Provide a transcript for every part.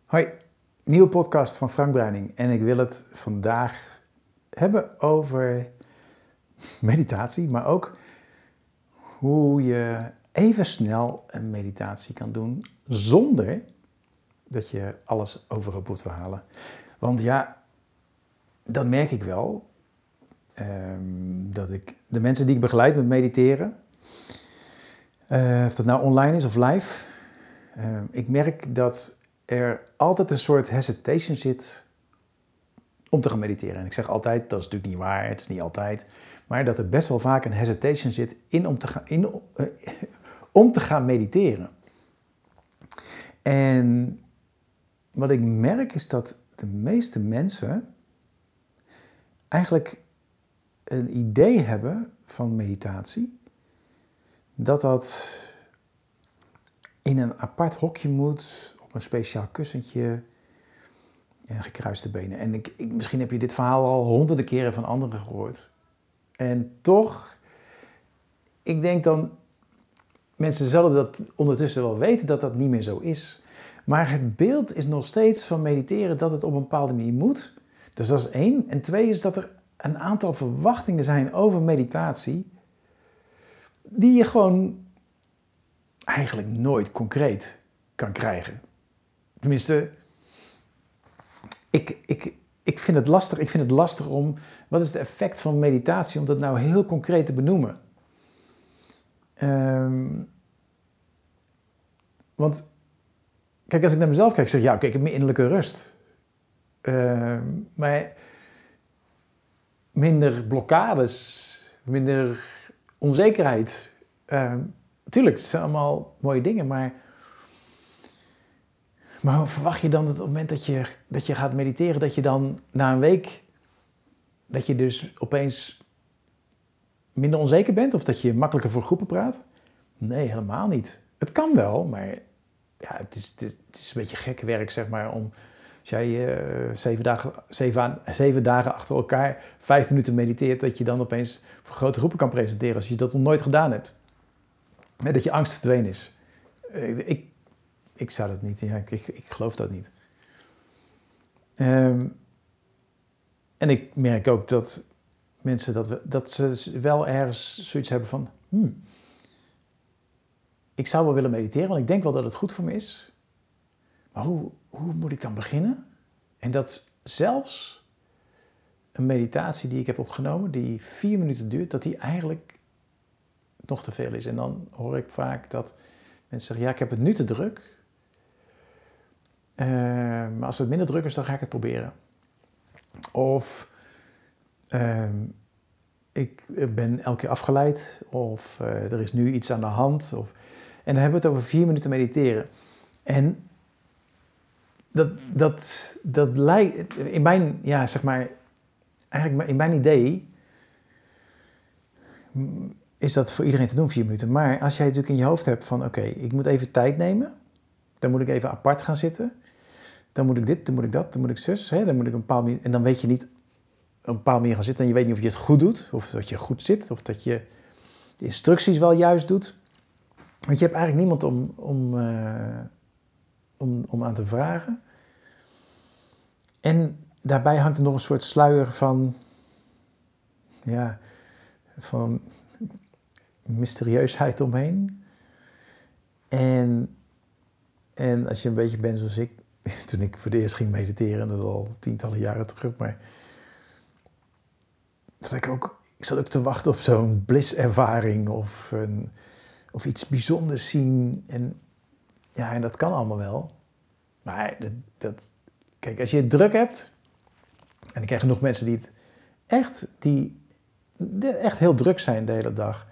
Hoi, nieuwe podcast van Frank Bruining en ik wil het vandaag hebben over meditatie, maar ook hoe je even snel een meditatie kan doen zonder dat je alles overhoop moet halen. Want ja, dat merk ik wel, dat ik de mensen die ik begeleid met mediteren, of dat nou online is of live, ik merk dat er altijd een soort hesitation zit om te gaan mediteren. En ik zeg altijd, dat is natuurlijk niet waar, het is niet altijd, maar dat er best wel vaak een hesitation zit om te gaan mediteren. En wat ik merk is dat de meeste mensen eigenlijk een idee hebben van meditatie, dat in een apart hokje moet, op een speciaal kussentje en gekruiste benen. En misschien heb je dit verhaal al honderden keren van anderen gehoord. En toch, ik denk dan, mensen zullen dat ondertussen wel weten dat dat niet meer zo is. Maar het beeld is nog steeds van mediteren dat het op een bepaalde manier moet. Dus dat is 1. En 2 is dat er een aantal verwachtingen zijn over meditatie die je gewoon eigenlijk nooit concreet kan krijgen. Tenminste, ik vind het lastig. Ik vind het lastig om, wat is het effect van meditatie, om dat nou heel concreet te benoemen. Want, kijk, als ik naar mezelf kijk, zeg ik, ja, oké, ik heb meer innerlijke rust. Maar minder blokkades, minder onzekerheid. Tuurlijk, het zijn allemaal mooie dingen, maar verwacht je dan dat op het moment dat je gaat mediteren, dat je dan na een week, dat je dus opeens minder onzeker bent? Of dat je makkelijker voor groepen praat? Nee, helemaal niet. Het kan wel, maar ja, het is een beetje gek werk, zeg maar, om, als jij 7 dagen achter elkaar 5 minuten mediteert, dat je dan opeens voor grote groepen kan presenteren als je dat nog nooit gedaan hebt. En dat je angst verdwenen is. Ik zou dat niet, ja, ik geloof dat niet. En ik merk ook dat mensen dat ze wel ergens zoiets hebben van, ik zou wel willen mediteren, want ik denk wel dat het goed voor me is. Maar hoe moet ik dan beginnen? En dat zelfs een meditatie die ik heb opgenomen, die 4 minuten duurt, dat die eigenlijk nog te veel is. En dan hoor ik vaak dat mensen zeggen, ja, ik heb het nu te druk. Maar als het minder druk is, dan ga ik het proberen. Of ik ben elke keer afgeleid. Of er is nu iets aan de hand. En dan hebben we het over 4 minuten mediteren. En dat lijkt, in mijn, ja, zeg maar, eigenlijk in mijn idee is dat voor iedereen te doen, 4 minuten. Maar als jij natuurlijk in je hoofd hebt van, oké, ik moet even tijd nemen. Dan moet ik even apart gaan zitten. Dan moet ik dit, dan moet ik dat, dan moet ik zus. Hè? Dan moet ik een bepaald manier, en dan weet je niet een bepaald manier gaan zitten. En je weet niet of je het goed doet. Of dat je goed zit. Of dat je de instructies wel juist doet. Want je hebt eigenlijk niemand om aan te vragen. En daarbij hangt er nog een soort sluier van mysterieusheid omheen. En als je een beetje bent zoals ik, toen ik voor het eerst ging mediteren, dat is al tientallen jaren terug, maar ik zat ook te wachten op zo'n blisservaring of iets bijzonders zien. En dat kan allemaal wel. Maar kijk, als je het druk hebt, en ik ken genoeg mensen die echt heel druk zijn de hele dag,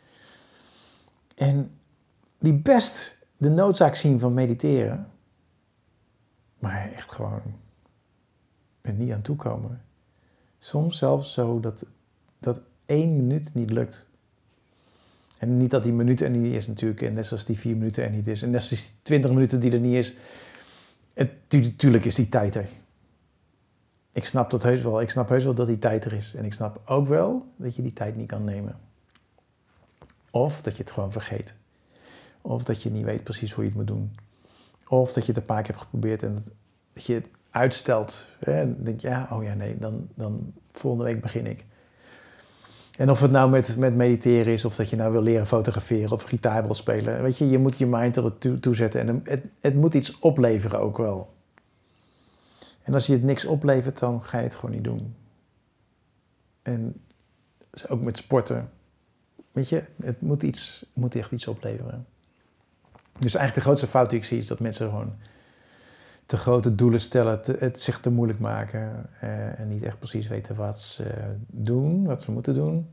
en die best de noodzaak zien van mediteren, maar echt gewoon er niet aan toekomen. Soms zelfs zo dat 1 minuut niet lukt. En niet dat die minuut er niet is natuurlijk, en net zoals die 4 minuten er niet is, en net zoals die 20 minuten die er niet is. Tuurlijk is die tijd er. Ik snap dat heus wel. Ik snap heus wel dat die tijd er is. En ik snap ook wel dat je die tijd niet kan nemen. Of dat je het gewoon vergeet. Of dat je niet weet precies hoe je het moet doen. Of dat je het een paar keer hebt geprobeerd en dat je het uitstelt. Hè? Dan denk je, dan volgende week begin ik. En of het nou met mediteren is, of dat je nou wil leren fotograferen of gitaar wil spelen. Weet je moet je mind er toe zetten en het moet iets opleveren ook wel. En als je het niks oplevert, dan ga je het gewoon niet doen. En ook met sporten. Weet je, het moet echt iets opleveren. Dus eigenlijk de grootste fout die ik zie is dat mensen gewoon te grote doelen stellen, het zich te moeilijk maken en niet echt precies weten wat ze doen, wat ze moeten doen.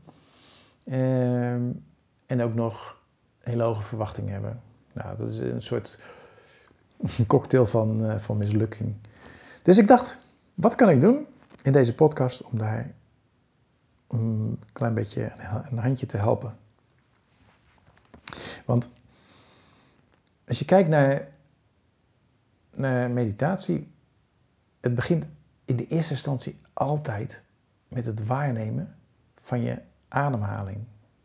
En ook nog hele hoge verwachtingen hebben. Nou, dat is een soort cocktail van mislukking. Dus ik dacht, wat kan ik doen in deze podcast om daar een klein beetje een handje te helpen? Want als je kijkt naar meditatie, het begint in de eerste instantie altijd met het waarnemen van je ademhaling.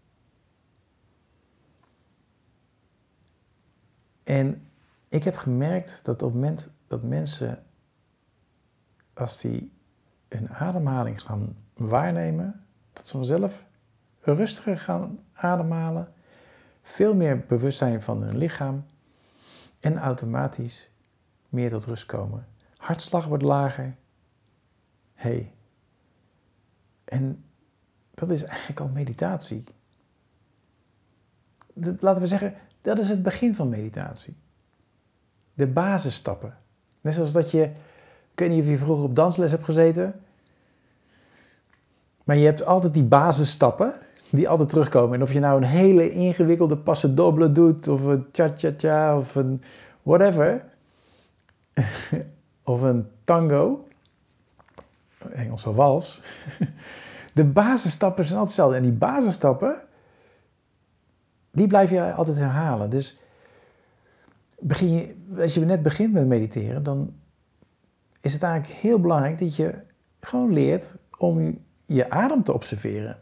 En ik heb gemerkt dat op het moment dat mensen, als die hun ademhaling gaan waarnemen, dat ze vanzelf rustiger gaan ademhalen, veel meer bewust zijn van hun lichaam en automatisch meer tot rust komen. Hartslag wordt lager. En dat is eigenlijk al meditatie. Laten we zeggen, dat is het begin van meditatie. De basisstappen. Net zoals dat je, ik weet niet of je vroeger op dansles hebt gezeten, maar je hebt altijd die basisstappen die altijd terugkomen. En of je nou een hele ingewikkelde passo doble doet, of een cha-cha-cha, of een whatever, of een tango, Engelse wals. De basisstappen zijn altijd hetzelfde. En die basisstappen, die blijf je altijd herhalen. Dus als je net begint met mediteren, dan is het eigenlijk heel belangrijk dat je gewoon leert om je adem te observeren.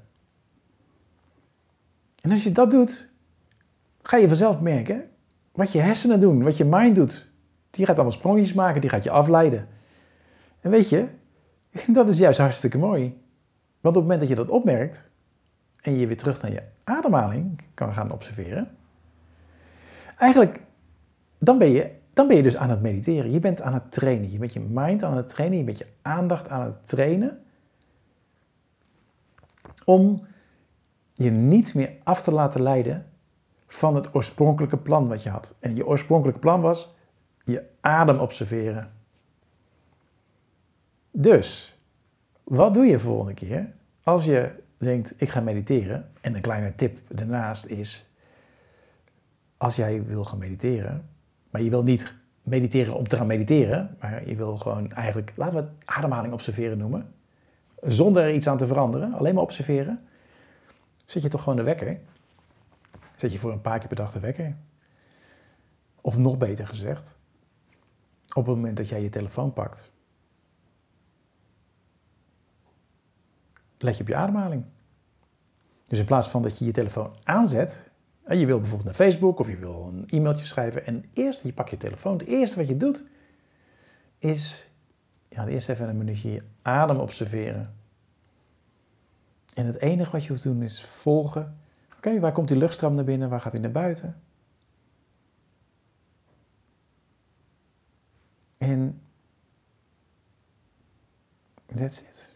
En als je dat doet, ga je vanzelf merken wat je hersenen doen, wat je mind doet. Die gaat allemaal sprongetjes maken, die gaat je afleiden. En weet je, dat is juist hartstikke mooi. Want op het moment dat je dat opmerkt en je weer terug naar je ademhaling kan gaan observeren, eigenlijk, dan ben je dus aan het mediteren. Je bent aan het trainen. Je bent je mind aan het trainen. Je bent je aandacht aan het trainen. Om je niet meer af te laten leiden van het oorspronkelijke plan wat je had. En je oorspronkelijke plan was je adem observeren. Dus, wat doe je volgende keer als je denkt, ik ga mediteren? En een kleine tip daarnaast is, als jij wil gaan mediteren, maar je wil niet mediteren om te gaan mediteren, maar je wil gewoon eigenlijk, laten we het ademhaling observeren noemen, zonder er iets aan te veranderen, alleen maar observeren, zet je toch gewoon de wekker. Zet je voor een paar keer per dag de wekker. Of nog beter gezegd, op het moment dat jij je telefoon pakt, let je op je ademhaling. Dus in plaats van dat je je telefoon aanzet, en je wil bijvoorbeeld naar Facebook of je wil een e-mailtje schrijven en je pakt je telefoon. Het eerste wat je doet is eerst even een minuutje je adem observeren. En het enige wat je hoeft te doen is volgen. Oké, waar komt die luchtstroom naar binnen? Waar gaat hij naar buiten? En that's it.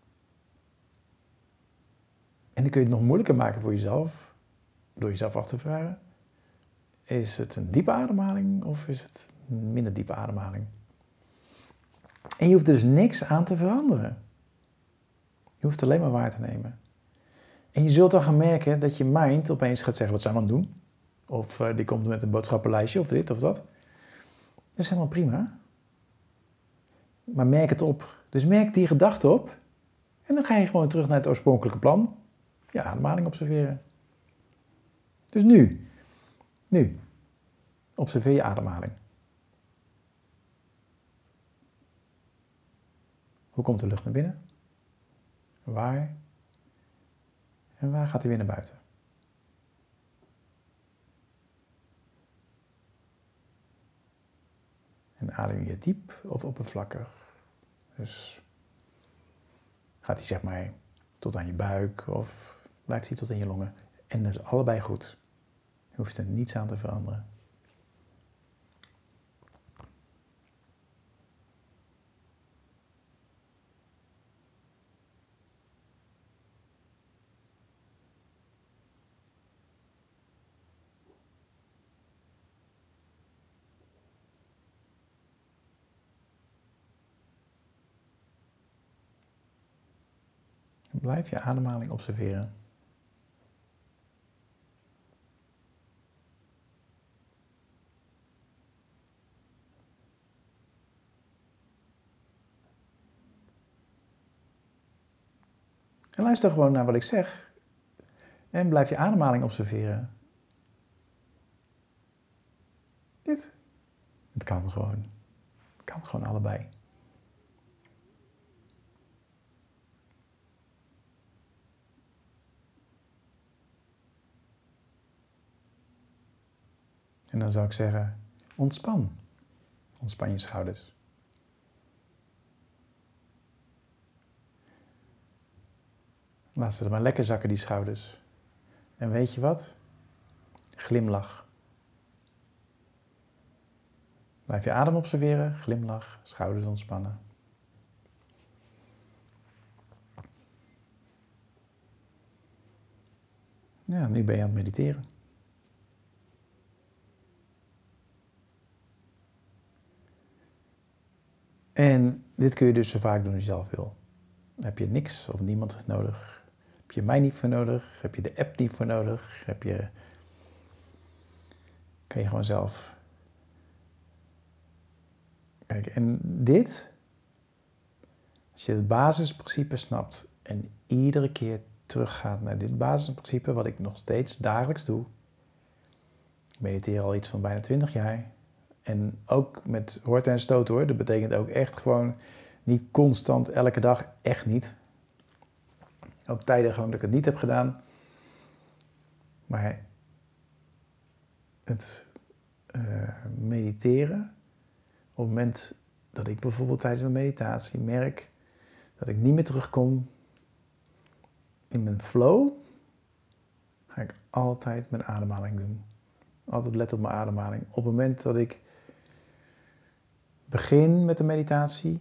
En dan kun je het nog moeilijker maken voor jezelf, door jezelf af te vragen. Is het een diepe ademhaling of is het een minder diepe ademhaling? En je hoeft dus niks aan te veranderen. Je hoeft alleen maar waar te nemen. En je zult dan gaan merken dat je mind opeens gaat zeggen, wat zijn we aan het doen? Of die komt met een boodschappenlijstje of dit of dat. Dat is helemaal prima. Maar merk het op. Dus merk die gedachte op. En dan ga je gewoon terug naar het oorspronkelijke plan. Je ademhaling observeren. Dus nu. Observeer je ademhaling. Hoe komt de lucht naar binnen? Waar? En waar gaat hij weer naar buiten? En adem je diep of oppervlakkig. Dus gaat hij zeg maar tot aan je buik of blijft hij tot in je longen. En dat is allebei goed. Je hoeft er niets aan te veranderen. Blijf je ademhaling observeren. En luister gewoon naar wat ik zeg. En blijf je ademhaling observeren. Het kan gewoon. Het kan gewoon allebei. En dan zou ik zeggen, ontspan. Ontspan je schouders. Laat ze er maar lekker zakken, die schouders. En weet je wat? Glimlach. Blijf je adem observeren, glimlach, schouders ontspannen. Ja, nu ben je aan het mediteren. En dit kun je dus zo vaak doen als je zelf wil. Heb je niks of niemand nodig? Heb je mij niet voor nodig? Heb je de app niet voor nodig? Kan je gewoon zelf. Kijk, en dit, als je het basisprincipe snapt en iedere keer teruggaat naar dit basisprincipe, wat ik nog steeds dagelijks doe. Ik mediteer al iets van bijna 20 jaar. En ook met horten en stoten hoor. Dat betekent ook echt gewoon niet constant, elke dag, echt niet. Ook tijden gewoon dat ik het niet heb gedaan. Maar het mediteren, op het moment dat ik bijvoorbeeld tijdens mijn meditatie merk dat ik niet meer terugkom in mijn flow, ga ik altijd mijn ademhaling doen. Altijd let op mijn ademhaling. Op het moment dat ik begin met de meditatie,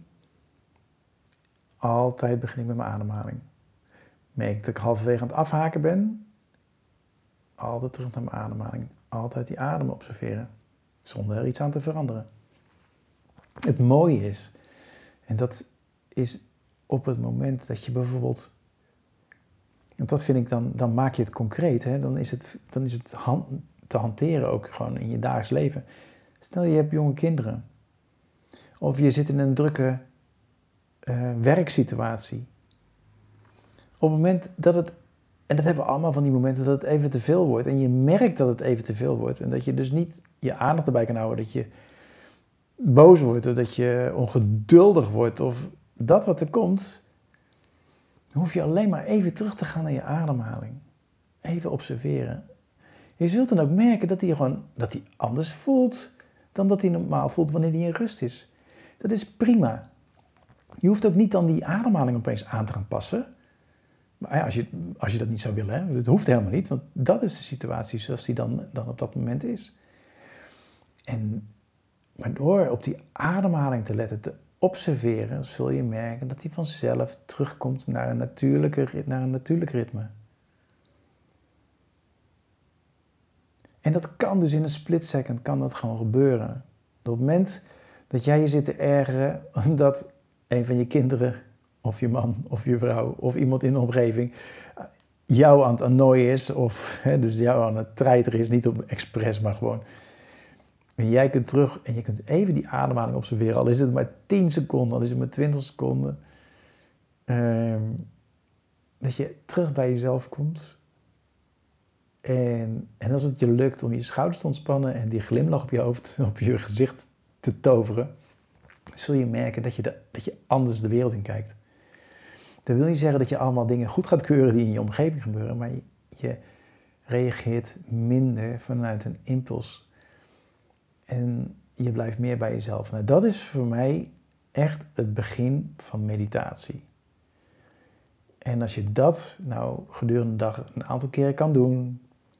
altijd begin ik met mijn ademhaling. Merk dat ik halverwege aan het afhaken ben, altijd terug naar mijn ademhaling. Altijd die adem observeren, zonder er iets aan te veranderen. Het mooie is, en dat is op het moment dat je bijvoorbeeld, en dat vind ik dan maak je het concreet, hè? Dan is het te hanteren ook gewoon in je dagelijks leven. Stel je hebt jonge kinderen, of je zit in een drukke werksituatie. Op het moment dat het, en dat hebben we allemaal van die momenten dat het even te veel wordt, en je merkt dat het even te veel wordt, en dat je dus niet je aandacht erbij kan houden, dat je boos wordt, of dat je ongeduldig wordt, of dat wat er komt, dan hoef je alleen maar even terug te gaan naar je ademhaling. Even observeren. Je zult dan ook merken dat hij anders voelt dan dat hij normaal voelt wanneer hij in rust is. Dat is prima. Je hoeft ook niet dan die ademhaling opeens aan te gaan passen. Maar ja, als je dat niet zou willen, hè, dat hoeft helemaal niet, want dat is de situatie zoals die dan op dat moment is. Maar door op die ademhaling te letten, te observeren, zul je merken dat hij vanzelf terugkomt naar een natuurlijk ritme. En dat kan dus in een split second, kan dat gewoon gebeuren. Op het moment dat jij je zit te ergeren omdat een van je kinderen, of je man, of je vrouw, of iemand in de omgeving jou aan het annoyen is, of dus jou aan het treiteren is, niet op expres, maar gewoon. En jij kunt terug en je kunt even die ademhaling observeren, al is het maar 10 seconden, al is het maar 20 seconden. Dat je terug bij jezelf komt. En als het je lukt om je schouders te ontspannen en die glimlach op je hoofd, op je gezicht te toveren, zul je merken dat je anders de wereld in kijkt. Dat wil niet zeggen dat je allemaal dingen goed gaat keuren die in je omgeving gebeuren, maar je reageert minder vanuit een impuls. En je blijft meer bij jezelf. Nou, dat is voor mij echt het begin van meditatie. En als je dat nou gedurende de dag een aantal keren kan doen,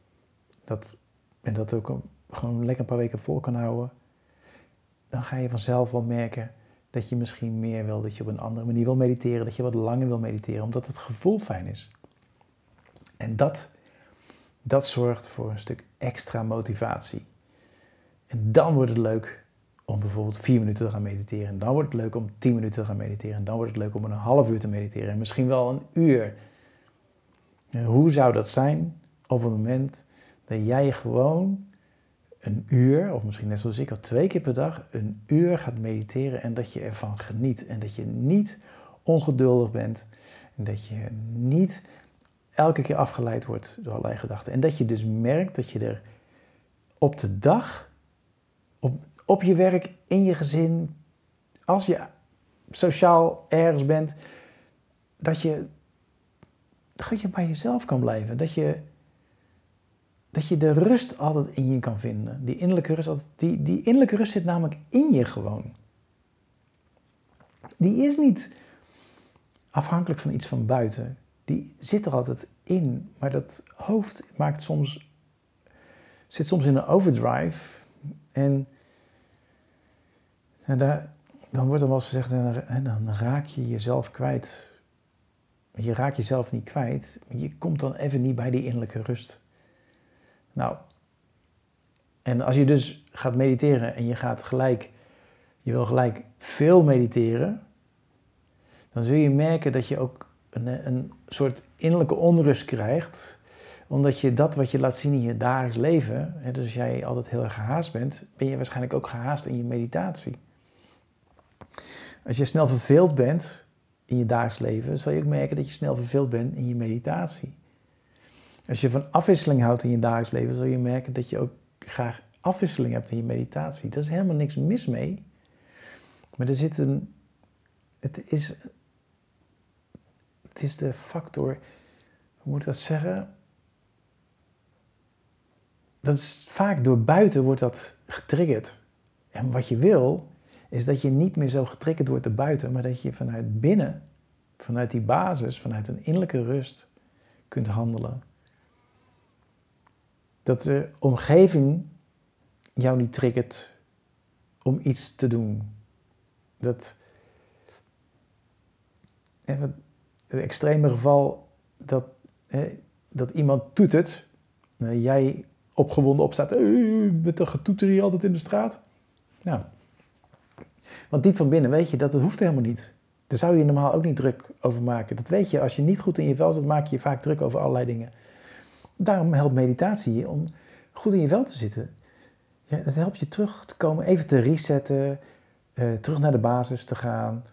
en dat ook gewoon lekker een paar weken vol kan houden, dan ga je vanzelf wel merken dat je misschien meer wil, dat je op een andere manier wil mediteren, dat je wat langer wil mediteren, omdat het gevoel fijn is. En dat zorgt voor een stuk extra motivatie. En dan wordt het leuk om bijvoorbeeld 4 minuten te gaan mediteren. En dan wordt het leuk om 10 minuten te gaan mediteren. En dan wordt het leuk om een half uur te mediteren. En misschien wel een uur. En hoe zou dat zijn op het moment dat jij gewoon een uur, of misschien net zoals ik al 2 keer per dag, een uur gaat mediteren en dat je ervan geniet. En dat je niet ongeduldig bent. En dat je niet elke keer afgeleid wordt door allerlei gedachten. En dat je dus merkt dat je er op de dag, op je werk, in je gezin, als je sociaal ergens bent, dat je bij jezelf kan blijven. Dat je de rust altijd in je kan vinden. Die innerlijke rust, die innerlijke rust zit namelijk in je gewoon. Die is niet afhankelijk van iets van buiten. Die zit er altijd in. Maar dat hoofd zit soms in een overdrive. En dan wordt er wel eens gezegd, dan raak je jezelf kwijt. Je raakt jezelf niet kwijt. Je komt dan even niet bij die innerlijke rust. Nou, en als je dus gaat mediteren en je wil gelijk veel mediteren, dan zul je merken dat je ook een soort innerlijke onrust krijgt, omdat je dat wat je laat zien in je dagelijks leven, dus als jij altijd heel erg gehaast bent, ben je waarschijnlijk ook gehaast in je meditatie. Als je snel verveeld bent in je dagelijks leven, zal je ook merken dat je snel verveeld bent in je meditatie. Als je van afwisseling houdt in je dagelijks leven, zul je merken dat je ook graag afwisseling hebt in je meditatie. Daar is helemaal niks mis mee. Maar het is de factor, hoe moet ik dat zeggen? Dat is vaak door buiten wordt dat getriggerd. En wat je wil, is dat je niet meer zo getriggerd wordt door buiten, maar dat je vanuit binnen, vanuit die basis, vanuit een innerlijke rust kunt handelen. Dat de omgeving jou niet triggert om iets te doen. Het extreme geval dat iemand toetert, jij opgewonden opstaat, met dat getoeter hier altijd in de straat. Nou, want diep van binnen weet je dat het hoeft helemaal niet. Daar zou je normaal ook niet druk over maken. Dat weet je, als je niet goed in je vel zit, maak je je vaak druk over allerlei dingen. Daarom helpt meditatie je om goed in je vel te zitten. Ja, het helpt je terug te komen, even te resetten, terug naar de basis te gaan.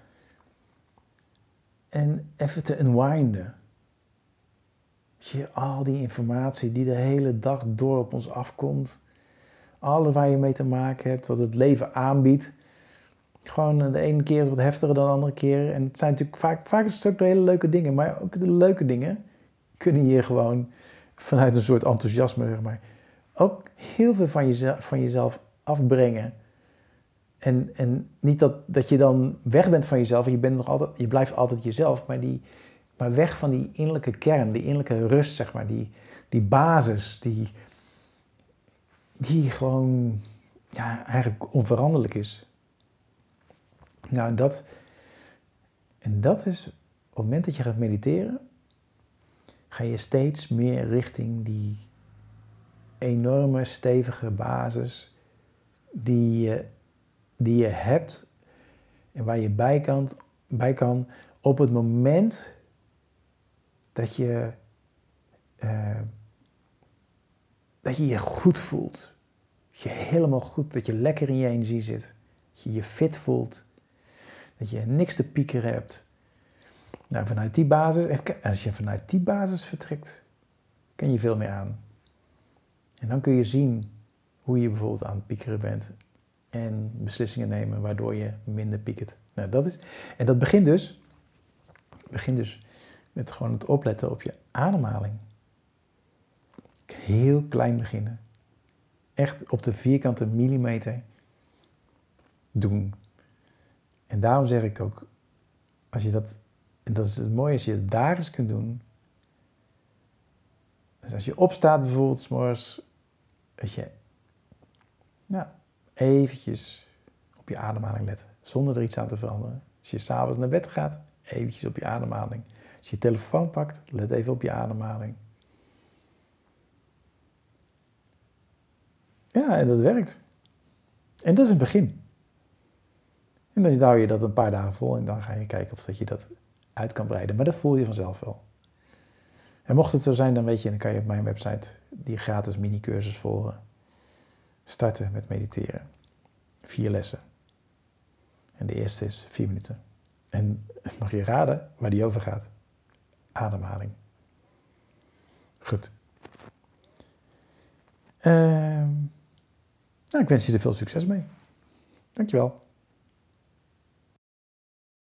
En even te unwinden. Al die informatie die de hele dag door op ons afkomt. Alles waar je mee te maken hebt, wat het leven aanbiedt. Gewoon de ene keer is wat heftiger dan de andere keer. En het zijn natuurlijk vaak is het ook de hele leuke dingen. Maar ook de leuke dingen kunnen je gewoon vanuit een soort enthousiasme, zeg maar, ook heel veel van jezelf afbrengen. En niet dat je dan weg bent van jezelf. Je blijft altijd jezelf. Maar weg van die innerlijke kern, die innerlijke rust, zeg maar. Die basis, die gewoon eigenlijk onveranderlijk is. Nou, en dat is, op het moment dat je gaat mediteren, ga je steeds meer richting die enorme, stevige basis die je hebt en waar je bij kan op het moment dat je je goed voelt. Dat je helemaal goed, dat je lekker in je energie zit. Dat je je fit voelt. Dat je niks te piekeren hebt. Nou, als je vanuit die basis vertrekt, kun je veel meer aan. En dan kun je zien hoe je bijvoorbeeld aan het piekeren bent. En beslissingen nemen waardoor je minder piekert. Nou, dat begint dus met gewoon het opletten op je ademhaling. Heel klein beginnen. Echt op de vierkante millimeter doen. En daarom zeg ik ook, als je dat, en dat is het mooie, als je het daar eens kunt doen. Dus als je opstaat bijvoorbeeld 's morgens, dat je, nou, eventjes op je ademhaling let, zonder er iets aan te veranderen. Als je 's avonds naar bed gaat, eventjes op je ademhaling. Als je je telefoon pakt, let even op je ademhaling. Ja, en dat werkt. En dat is een begin. En dan hou je dat een paar dagen vol en dan ga je kijken of dat je dat uit kan breiden. Maar dat voel je vanzelf wel. En mocht het zo zijn, dan weet je, dan kan je op mijn website die gratis mini-cursus volgen. Starten met mediteren. 4 lessen. En de eerste is 4 minuten. En mag je raden waar die over gaat? Ademhaling. Goed. Nou, ik wens je er veel succes mee. Dankjewel.